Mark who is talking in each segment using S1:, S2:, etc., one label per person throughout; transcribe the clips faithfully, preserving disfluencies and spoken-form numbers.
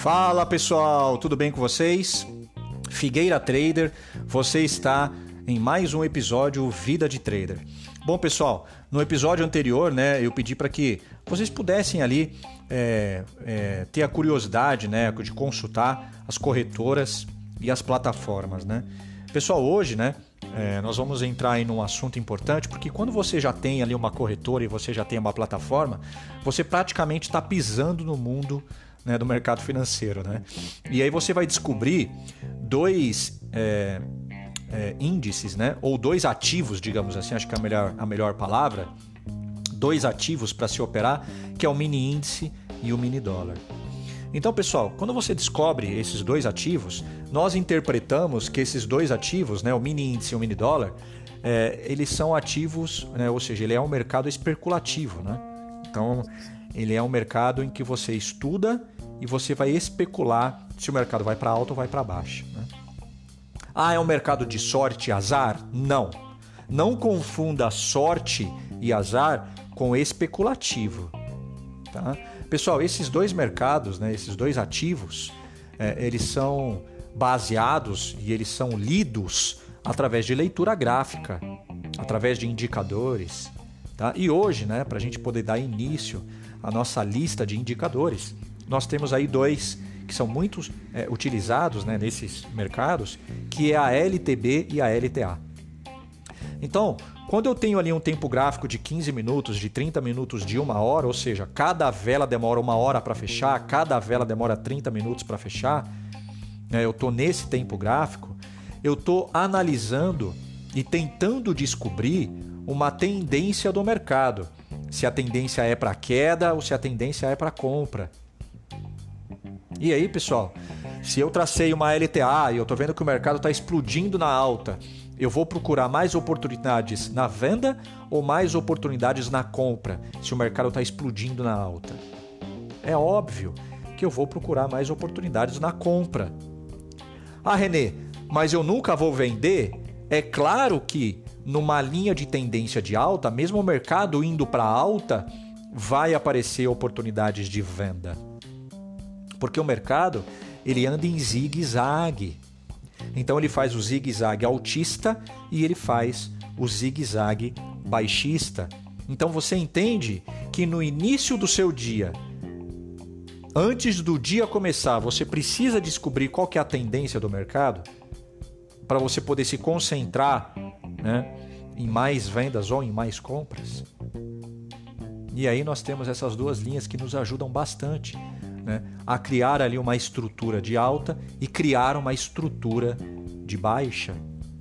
S1: Fala pessoal, tudo bem com vocês? Figueira Trader, você está em mais um episódio Vida de Trader. Bom pessoal, no episódio anterior, né, eu pedi para que vocês pudessem ali é, é, ter a curiosidade, né, de consultar as corretoras e as plataformas, né? Pessoal, hoje, né, é, nós vamos entrar em um assunto importante, porque quando você já tem ali uma corretora e você já tem uma plataforma, você praticamente está pisando no mundo, né, do mercado financeiro, né? E aí você vai descobrir dois é, é, índices, né, ou dois ativos, digamos assim, acho que é a melhor, a melhor palavra, dois ativos para se operar, que é o mini índice e o mini dólar. Então, pessoal, quando você descobre esses dois ativos, nós interpretamos que esses dois ativos, né, o mini índice e o mini dólar, é, eles são ativos, né, ou seja, ele é um mercado especulativo, né? Então, ele é um mercado em que você estuda e você vai especular se o mercado vai para alta ou vai para baixo, né? Ah, é um mercado de sorte e azar? Não. Não confunda sorte e azar com especulativo, tá? Pessoal, esses dois mercados, né, esses dois ativos, é, eles são baseados e eles são lidos através de leitura gráfica, através de indicadores, tá? E hoje, né, para a gente poder dar início à nossa lista de indicadores, nós temos aí dois que são muito é, utilizados, né, nesses mercados, que é a L T B e a L T A. Então, quando eu tenho ali um tempo gráfico de quinze minutos, de trinta minutos, de uma hora, ou seja, cada vela demora uma hora para fechar, cada vela demora trinta minutos para fechar, né, eu estou nesse tempo gráfico, eu estou analisando e tentando descobrir uma tendência do mercado. Se a tendência é para queda ou se a tendência é para compra. E aí, pessoal, se eu tracei uma L T A e eu estou vendo que o mercado está explodindo na alta, eu vou procurar mais oportunidades na venda ou mais oportunidades na compra, se o mercado está explodindo na alta? É óbvio que eu vou procurar mais oportunidades na compra. Ah, Renê, mas eu nunca vou vender? É claro que numa linha de tendência de alta, mesmo o mercado indo para alta, vai aparecer oportunidades de venda. Porque o mercado, ele anda em zigue-zague. Então ele faz o zigue-zague altista e ele faz o zigue-zague baixista. Então você entende que no início do seu dia, antes do dia começar, você precisa descobrir qual que é a tendência do mercado para você poder se concentrar, né, em mais vendas ou em mais compras. E aí nós temos essas duas linhas que nos ajudam bastante, né, a criar ali uma estrutura de alta e criar uma estrutura de baixa.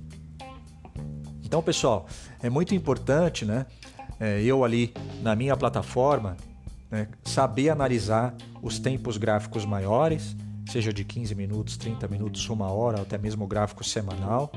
S1: Então, pessoal, é muito importante, né, eu ali na minha plataforma, né, saber analisar os tempos gráficos maiores, seja de quinze minutos, trinta minutos, uma hora, ou até mesmo o gráfico semanal.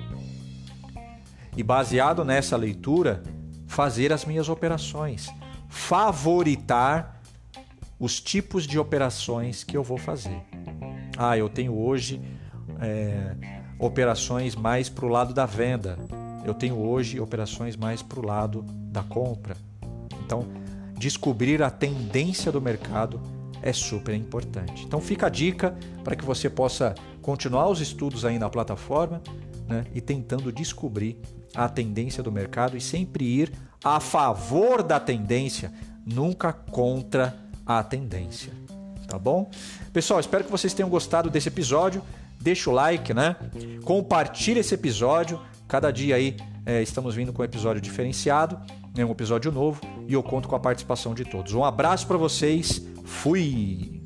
S1: E baseado nessa leitura, fazer as minhas operações, favoritar os tipos de operações que eu vou fazer. Ah, eu tenho hoje é, operações mais para o lado da venda. Eu tenho hoje operações mais para o lado da compra. Então, descobrir a tendência do mercado é super importante. Então, fica a dica para que você possa continuar os estudos aí na plataforma, né, e tentando descobrir a tendência do mercado e sempre ir a favor da tendência, nunca contra a tendência, tá bom? Pessoal, espero que vocês tenham gostado desse episódio. Deixa o like, né? Compartilha esse episódio. Cada dia aí é, estamos vindo com um episódio diferenciado, né? Um episódio novo, e eu conto com a participação de todos. Um abraço para vocês. Fui!